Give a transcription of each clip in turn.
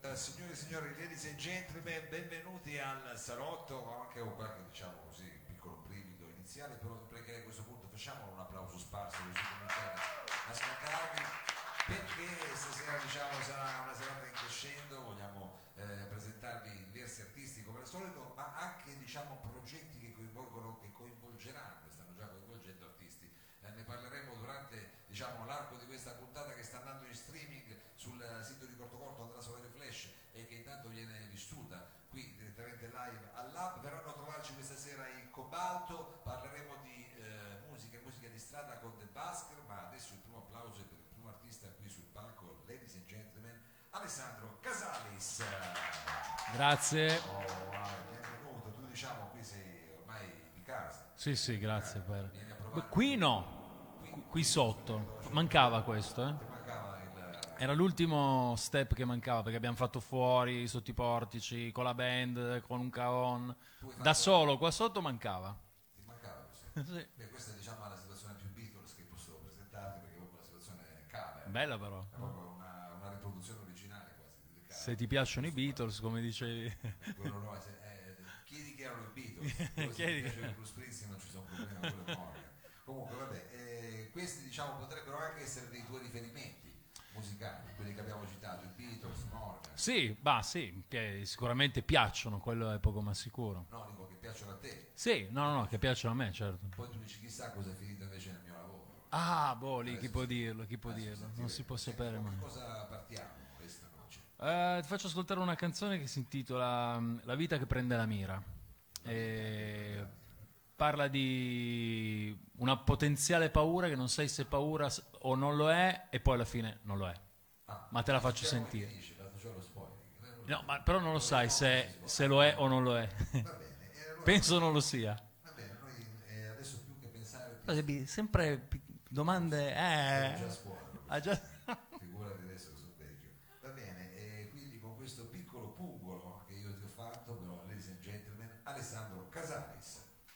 Signore e signori, ladies and gentlemen, benvenuti al salotto, anche con qualche, diciamo così, piccolo brivido iniziale, però pregherei a questo punto facciamo un applauso sparso così cominciate a scaccarvi, perché stasera diciamo sarà una serata in crescendo, vogliamo presentarvi diversi artisti come al solito, ma anche diciamo progetti che coinvolgono, che coinvolgeranno, e stanno già coinvolgendo artisti. Ne parleremo durante diciamo l'arco di questa puntata che sta andando in streaming sul sito di Corto Corto Andrà Solare Flash e che intanto viene vissuta qui direttamente live al Lab. Verranno a trovarci questa sera in Cobalto, parleremo di musica di strada con The Basker, ma adesso il primo applauso è per il primo artista qui sul palco, ladies and gentlemen, Alessandro Casalis. Grazie. Benvenuto, tu diciamo qui sei ormai di casa. Sì, grazie per... Qui no, qui sotto, mancava questo, Era l'ultimo step che mancava, perché abbiamo fatto fuori, sotto i portici, con la band, con un caon, da solo, qua sotto mancava. Ti mancava questo? Sì. Beh, questa diciamo è la situazione più Beatles che posso presentarti, perché è proprio una situazione camera. Bella però. È proprio una riproduzione originale quasi. Se ti piacciono i Beatles, come dicevi. Quello no, chiedi che erano i Beatles, se ti piace il Bruce Springsteen non ci sono problemi, quello è Morgan. Comunque vabbè, questi diciamo potrebbero anche essere dei tuoi riferimenti musicali, quelli che abbiamo citato, i Beatles, Morgan. Sì, sicuramente piacciono, quello è poco ma sicuro. No, dico che piacciono a te. Sì, no, che piacciono a me, certo. Poi tu dici chissà cosa è finito invece nel mio lavoro. Ah, lì, chi può dirlo, non si può sapere mai. Cosa partiamo questa noce? Ti faccio ascoltare una canzone che si intitola La vita che prende la mira. Parla di una potenziale paura che non sai se paura o non lo è, e poi alla fine non lo è. Ma te la faccio sentire. No, ma però non lo sai se lo è o non lo è. Penso non lo sia. Va bene, noi adesso più che pensare sempre domande. già scuola. Già... Figurati adesso che sono vecchio. Va bene, e quindi con questo piccolo pungolo che io ti ho fatto, però, ladies and gentlemen, Alessandro Casalis.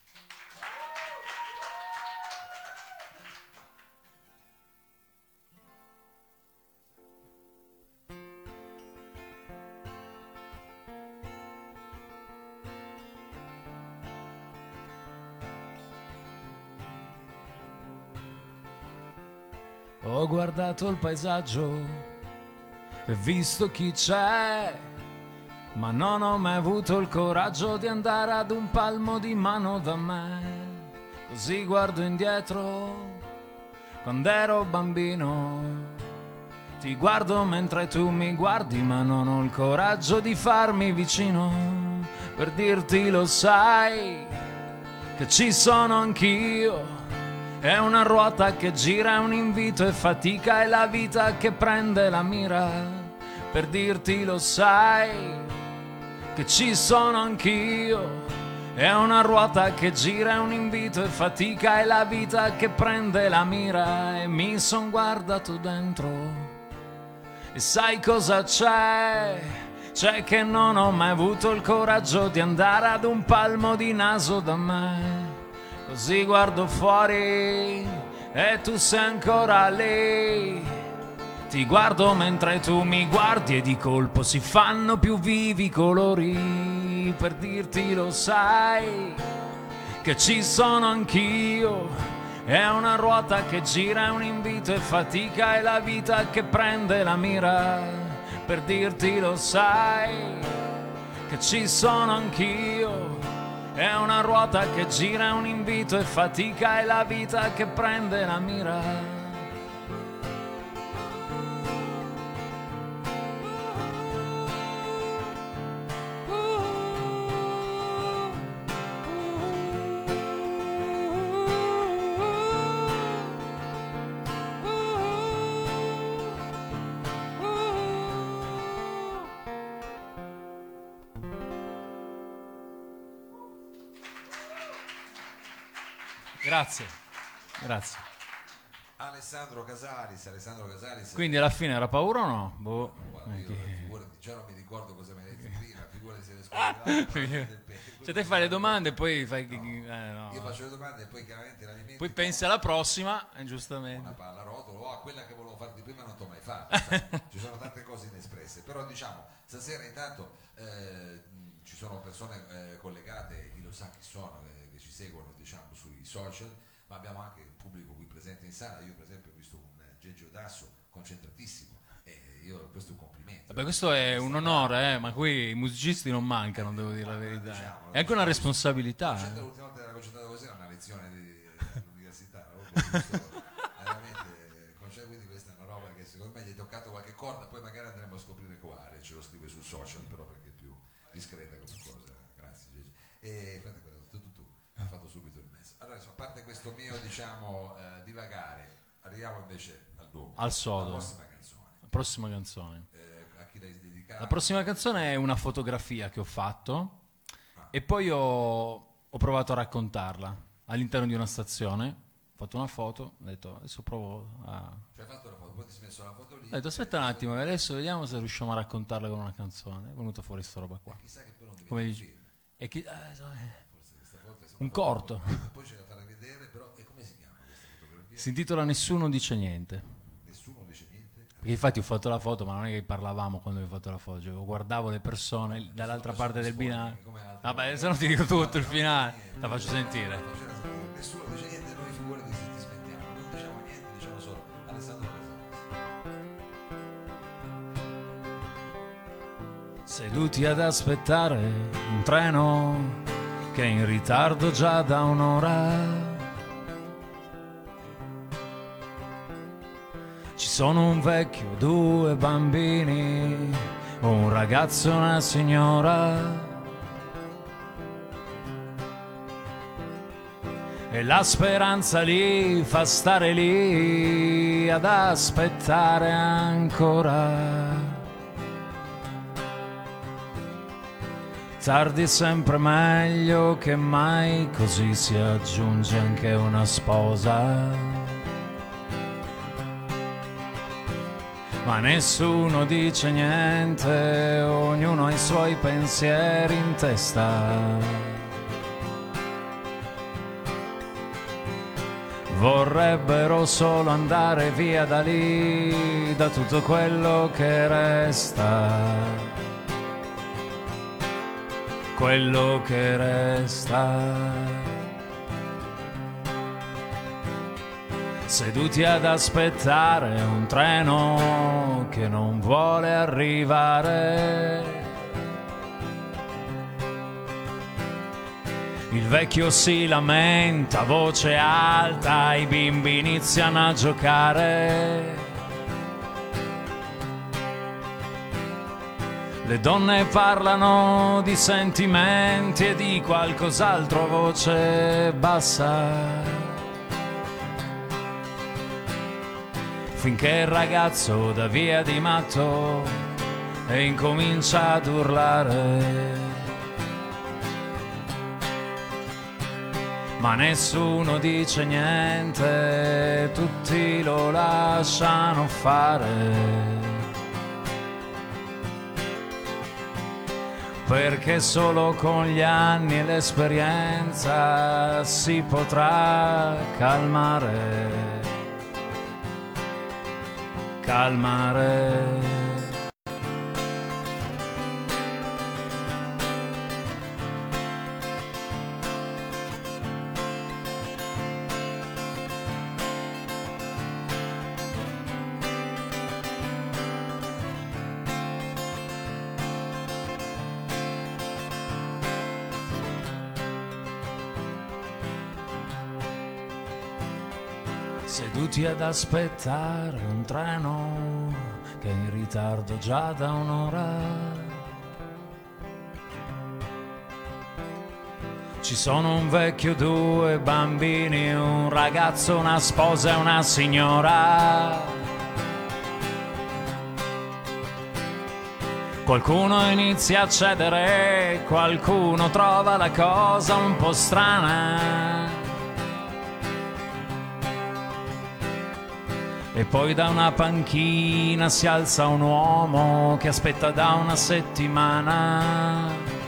Ho guardato il paesaggio e visto chi c'è, ma non ho mai avuto il coraggio di andare ad un palmo di mano da me. Così guardo indietro, quando ero bambino. Ti guardo mentre tu mi guardi, ma non ho il coraggio di farmi vicino. Per dirti lo sai, che ci sono anch'io. È una ruota che gira, è un invito e fatica, è la vita che prende la mira. Per dirti lo sai, che ci sono anch'io. È una ruota che gira, è un invito e fatica, è la vita che prende la mira. E mi son guardato dentro, e sai cosa c'è? C'è che non ho mai avuto il coraggio di andare ad un palmo di naso da me. Così guardo fuori e tu sei ancora lì. Ti guardo mentre tu mi guardi e di colpo si fanno più vivi i colori. Per dirti lo sai, che ci sono anch'io. È una ruota che gira, è un invito e fatica, è la vita che prende la mira. Per dirti lo sai, che ci sono anch'io. È una ruota che gira, è un invito e fatica, è la vita che prende la mira. Grazie. Alessandro Casalis. Quindi alla fine era paura o no? Boh. Figurati, già non mi ricordo cosa mi hai detto prima, figurati se le Cioè te fai le domande e poi fai... no. Io faccio le domande e poi chiaramente la mia mente... Poi pensi alla prossima, giustamente. Una palla a rotolo, o a quella che volevo farti prima non t'ho mai fatta. Ci sono tante cose inespresse. però diciamo stasera intanto ci sono persone collegate, chi lo sa chi sono, che ci seguono diciamo sui social, ma abbiamo anche il pubblico qui presente in sala. Io per esempio ho visto un Gengio Dasso concentratissimo, e io questo è un complimento. Vabbè, questo è un onore, ma qui i musicisti non mancano, devo dire la verità. Diciamo, è anche una responsabilità. L'ultima volta era concentrato così, era una lezione all'università, veramente, quindi questa è una roba che secondo me gli è toccato qualche corda, poi magari andremo a scoprire quale, ce lo scrive sul social, però perché è più discreta come cosa. Grazie Gigi. E tu hai fatto subito il mezzo. Allora, insomma, a parte questo mio diciamo divagare, arriviamo invece al dunque, Al sodo. la prossima canzone. La prossima canzone. A chi l'hai dedicata? La prossima canzone è una fotografia che ho fatto e poi ho provato a raccontarla all'interno di una stazione. Ho fatto una foto, ho detto adesso provo a... Cioè hai fatto la foto, poi ti sei messo la foto lì. Ho detto aspetta un attimo, adesso vediamo se riusciamo a raccontarla con una canzone. È venuta fuori sta roba qua. Chissà che poi non Come diventa un dici? film. E chi... Forse questa volta un corto. Poi ce la farà vedere, però e come si chiama questa fotografia? Si intitola Nessuno dice niente. Nessuno dice niente. Perché infatti ho fatto la foto, ma non è che parlavamo quando ho fatto la foto, cioè, guardavo le persone dall'altra parte del binario. Vabbè, se no ti dico tutto il finale, la faccio sentire. Nessuno dice niente, noi figurati se ti smettiamo, non diciamo niente, diciamo solo Alessandro Casale. Seduti ad aspettare un treno che è in ritardo già da un'ora. Ci sono un vecchio, due bambini, un ragazzo e una signora. E la speranza li fa stare lì ad aspettare ancora. Tardi è sempre meglio che mai, così si aggiunge anche una sposa. Ma nessuno dice niente, ognuno ha i suoi pensieri in testa. Vorrebbero solo andare via da lì, da tutto quello che resta. Quello che resta. Seduti ad aspettare un treno che non vuole arrivare. Il vecchio si lamenta a voce alta, i bimbi iniziano a giocare. Le donne parlano di sentimenti e di qualcos'altro a voce bassa. Finché il ragazzo dà via di matto e incomincia ad urlare. Ma nessuno dice niente, tutti lo lasciano fare. Perché solo con gli anni e l'esperienza si potrà calmare. Seduti ad aspettare un treno che è in ritardo già da un'ora. Ci sono un vecchio, due bambini, un ragazzo, una sposa e una signora. Qualcuno inizia a cedere, qualcuno trova la cosa un po' strana. E poi da una panchina si alza un uomo che aspetta da una settimana.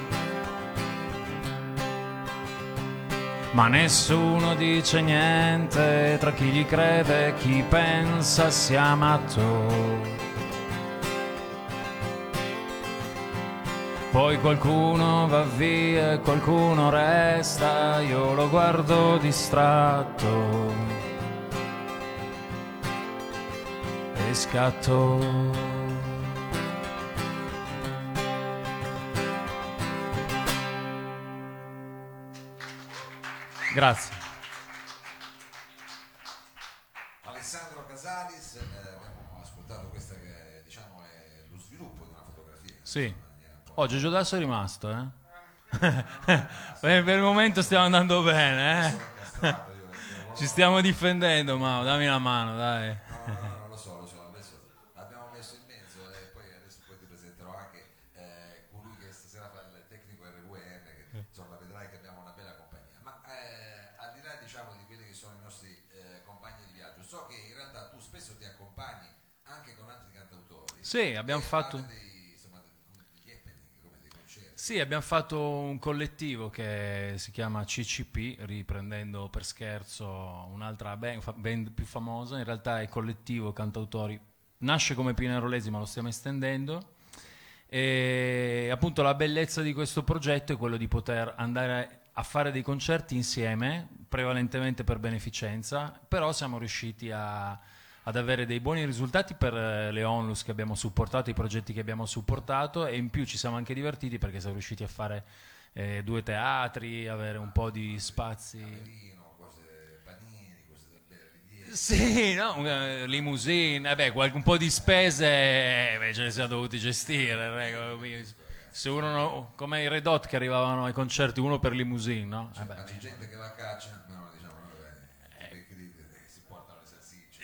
Ma nessuno dice niente, tra chi gli crede e chi pensa sia matto. Poi qualcuno va via e qualcuno resta, io lo guardo distratto e scatto. Grazie. Alessandro Casalis, abbiamo ascoltato questa che diciamo è lo sviluppo di una fotografia. Sì. Oh, Gigio Dasso è rimasto, per il momento stiamo andando bene, Ci stiamo difendendo, Mao, dammi la mano, dai. No, lo so, adesso l'abbiamo messo in mezzo e poi adesso ti presenterò anche colui che stasera fa il tecnico RVN, che insomma vedrai che abbiamo una bella compagnia. Ma al di là diciamo di quelli che sono i nostri compagni di viaggio, so che in realtà tu spesso ti accompagni anche con altri cantautori. Sì, abbiamo fatto... Sì, abbiamo fatto un collettivo che si chiama CCP, riprendendo per scherzo un'altra band più famosa. In realtà è collettivo cantautori, nasce come Pinerolesi ma lo stiamo estendendo, e appunto la bellezza di questo progetto è quello di poter andare a fare dei concerti insieme, prevalentemente per beneficenza, però siamo riusciti ad avere dei buoni risultati per le onlus che abbiamo supportato, i progetti che abbiamo supportato, e in più ci siamo anche divertiti perché siamo riusciti a fare 2 teatri, avere un po' di spazi. Cose panini, cose da bere. Sì, no? Limousine, un po' di spese ce le siamo dovuti gestire. Se uno, come i Red Hot che arrivavano ai concerti, uno per limousine, no? Ma c'è gente che va a caccia, no, diciamo, si portano le salsicce.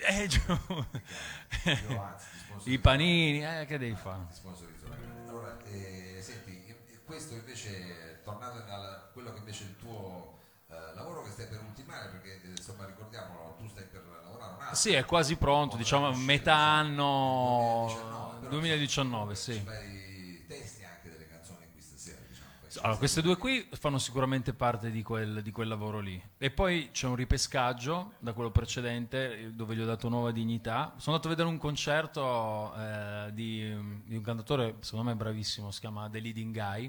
I panini, che devi fare? Allora, senti, questo invece, tornando a quello che invece è il tuo lavoro che stai per ultimare, perché insomma ricordiamolo, tu stai per lavorare un altro. Sì, è quasi pronto, diciamo metà anno 2019, sì. Fai testi anche delle canzoni qui stasera, diciamo. Allora, queste due qui fanno sicuramente parte di quel lavoro lì. E poi c'è un ripescaggio da quello precedente dove gli ho dato nuova dignità. Sono andato a vedere un concerto di un cantatore, secondo me bravissimo, si chiama The Leading Guy,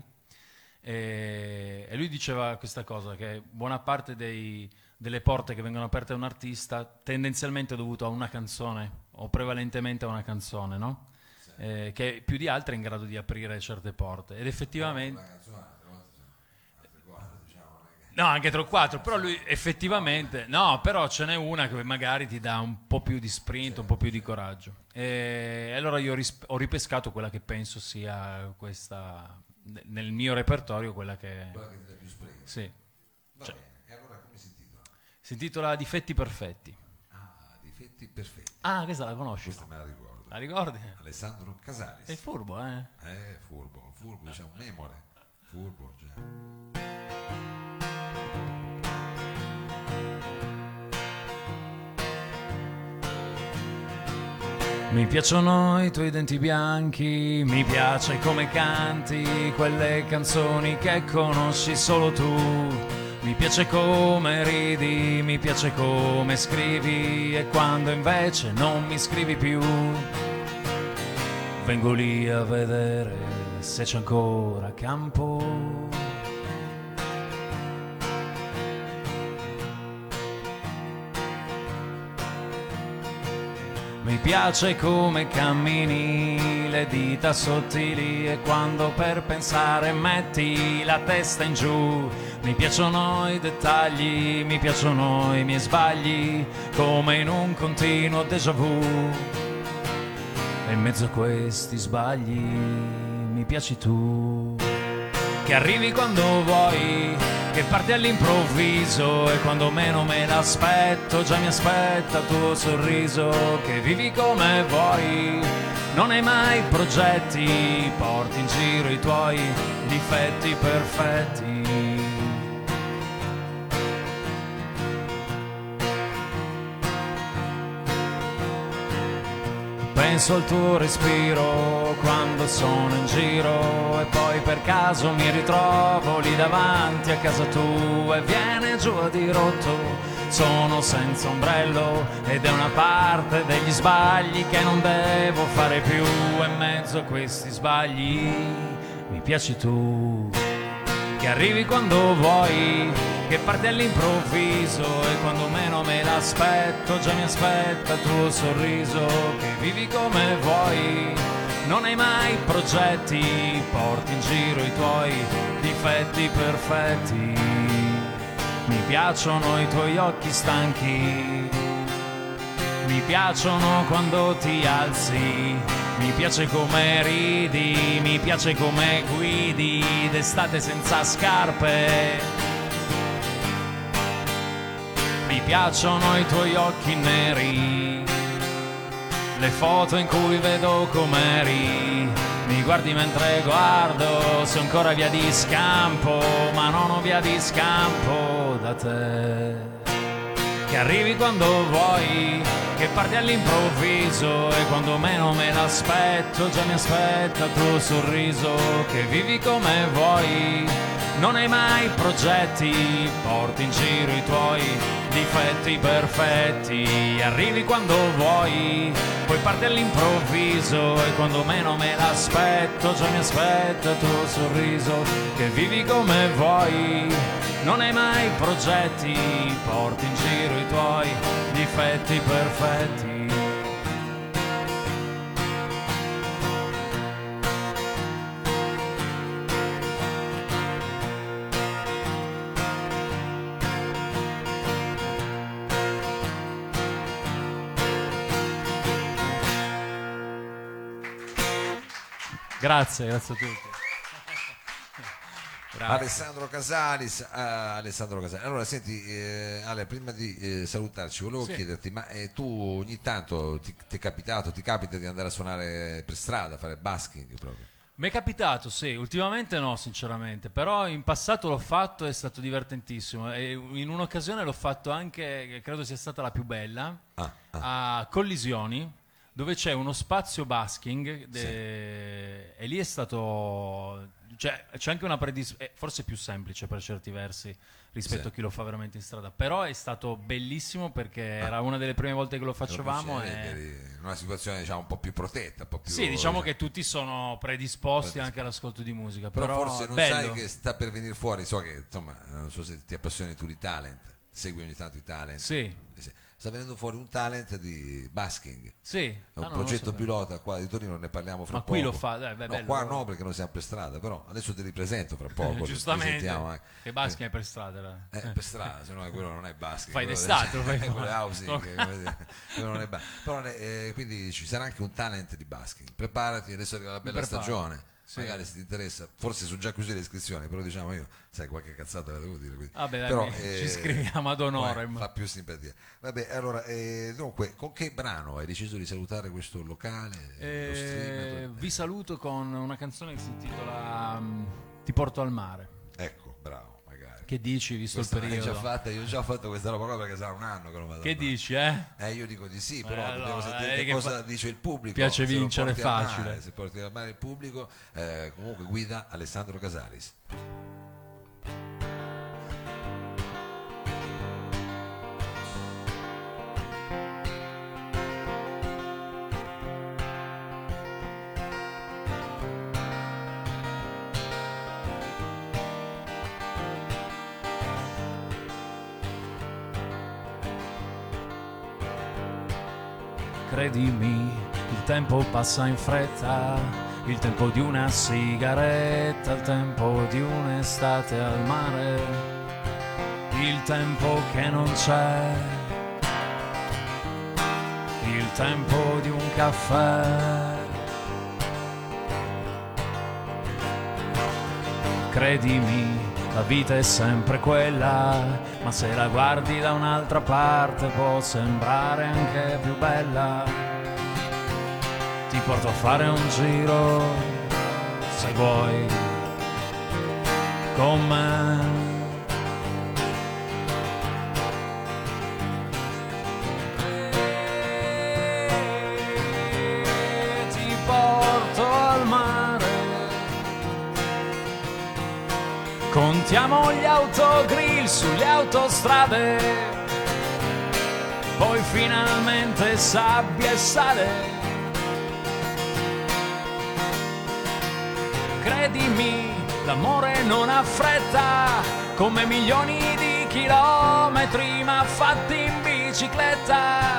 e lui diceva questa cosa, che buona parte delle porte che vengono aperte a un artista tendenzialmente è dovuto a una canzone, o prevalentemente a una canzone, no? Che più di altre è in grado di aprire certe porte. Ed effettivamente... No, anche 3 o 4, però lui effettivamente... No, però ce n'è una che magari ti dà un po' più di sprint, un po' più di coraggio. E allora io ho ripescato quella che penso sia questa, nel mio repertorio, quella che ti dà più sprint. Sì. Va bene, e allora come si intitola? Si intitola Difetti perfetti. Ah, Difetti perfetti. Ah, questa la conosci? Questa me la ricordo. La ricordi? Alessandro Casalis. È furbo, Furbo, diciamo, memore. Furbo, già. Mi piacciono i tuoi denti bianchi, mi piace come canti quelle canzoni che conosci solo tu. Mi piace come ridi, mi piace come scrivi, e quando invece non mi scrivi più vengo lì a vedere se c'è ancora campo. Mi piace come cammini, le dita sottili, e quando per pensare metti la testa in giù. Mi piacciono i dettagli, mi piacciono i miei sbagli, come in un continuo déjà vu. E in mezzo a questi sbagli mi piaci tu, che arrivi quando vuoi, che parti all'improvviso, e quando meno me l'aspetto già mi aspetta il tuo sorriso. Che vivi come vuoi, non hai mai progetti, porti in giro i tuoi difetti perfetti. Penso al tuo respiro quando sono in giro, e poi per caso mi ritrovo lì davanti a casa tua, e viene giù a dirotto, sono senza ombrello, ed è una parte degli sbagli che non devo fare più. E in mezzo a questi sbagli mi piaci tu, che arrivi quando vuoi, che parti all'improvviso e quando meno me l'aspetto già mi aspetta il tuo sorriso, che vivi come vuoi, non hai mai progetti, porti in giro i tuoi difetti perfetti, mi piacciono i tuoi occhi stanchi, mi piacciono quando ti alzi, mi piace come ridi, mi piace come guidi d'estate senza scarpe, mi piacciono i tuoi occhi neri, le foto in cui vedo com'eri, mi guardi mentre guardo, sono ancora via di scampo, ma non ho via di scampo da te, che arrivi quando vuoi, che parti all'improvviso e quando meno me l'aspetto già mi aspetta il tuo sorriso, che vivi come vuoi, non hai mai progetti, porti in giro i tuoi difetti perfetti, arrivi quando vuoi, poi parti all'improvviso e quando meno me l'aspetto già mi aspetta il tuo sorriso, che vivi come vuoi, non hai mai progetti, porti in giro i tuoi difetti perfetti. Grazie a tutti. Alessandro Casalis, allora senti Ale, prima di salutarci volevo chiederti, ma tu ogni tanto ti capita di andare a suonare per strada, fare busking proprio? Mi è capitato, sì, ultimamente no sinceramente, però in passato l'ho fatto, è stato divertentissimo e in un'occasione l'ho fatto anche, che credo sia stata la più bella, a Collisioni, dove c'è uno spazio busking e lì è stato, cioè, c'è anche una forse più semplice per certi versi rispetto a chi lo fa veramente in strada, però è stato bellissimo perché era una delle prime volte che lo facevamo in una situazione diciamo un po' più protetta, un po' più, sì, diciamo che tutti sono predisposti anche all'ascolto di musica, però forse non bello. sai che sta per venire fuori, so che insomma non so se ti appassioni tu di talent, segui ogni tanto i talent. Sì. Sta venendo fuori un talent di busking, sì, è un progetto pilota qua di Torino, ne parliamo fra ma poco. Qui lo fa, bello. Qua no, perché non siamo per strada, però adesso ti ripresento fra poco. Giustamente, che busking è per strada. Per strada, se no quello non è busking. Fai d'estate, quello è housing, quello non è però quindi ci sarà anche un talent di busking. Preparati, adesso arriva la bella stagione. Sì. Magari se ti interessa, forse sono già chiuse le iscrizioni, però diciamo io, sai, qualche cazzata la devo dire. Vabbè, però, ci iscriviamo ad onore. Fa più simpatia. Vabbè, allora, dunque, con che brano hai deciso di salutare questo locale? Lo stream? Vi saluto con una canzone che si intitola Ti porto al mare. Ecco, bravo. Che dici, visto il periodo? Io ho già fatto questa roba qua perché sarà un anno che non vado. Che dici, Io dico di sì, però dobbiamo sentire che cosa dice il pubblico. Piace vincere facile. Se porti al mare il pubblico, comunque guida Alessandro Casalis. Credimi, il tempo passa in fretta, il tempo di una sigaretta, il tempo di un'estate al mare, il tempo che non c'è, il tempo di un caffè. Credimi, la vita è sempre quella, ma se la guardi da un'altra parte può sembrare anche più bella. Ti porto a fare un giro, se vuoi, con me. Ti porto al mare. Contiamo gli autogrill sulle autostrade, poi finalmente sabbia e sale. Credimi, l'amore non ha fretta, come milioni di chilometri ma fatti in bicicletta.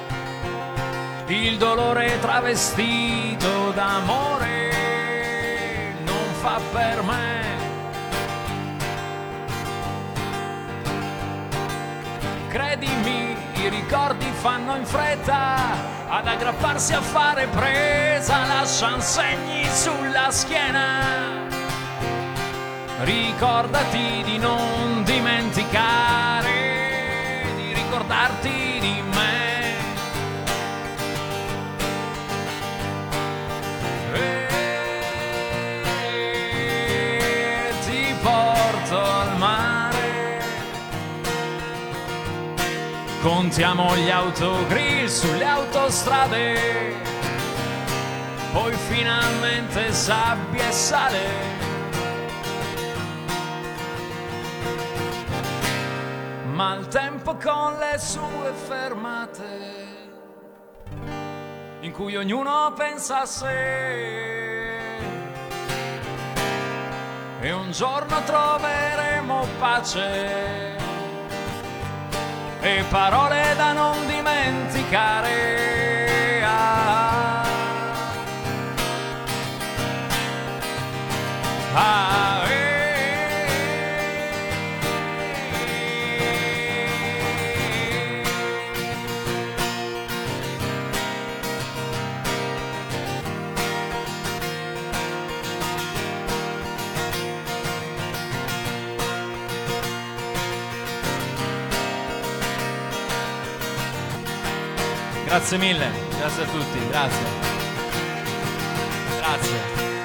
Il dolore travestito d'amore non fa per me. Credimi, i ricordi fanno in fretta ad aggrapparsi a fare presa, lascian segni sulla schiena. Ricordati di non dimenticare, di ricordarti di me. E ti porto al mare. Contiamo gli autogrill sulle autostrade, poi finalmente sabbia e sale. Ma il tempo con le sue fermate, in cui ognuno pensa a sé, e un giorno troveremo pace e parole da non dimenticare. Ah, ah, Grazie mille, grazie a tutti, grazie. Grazie.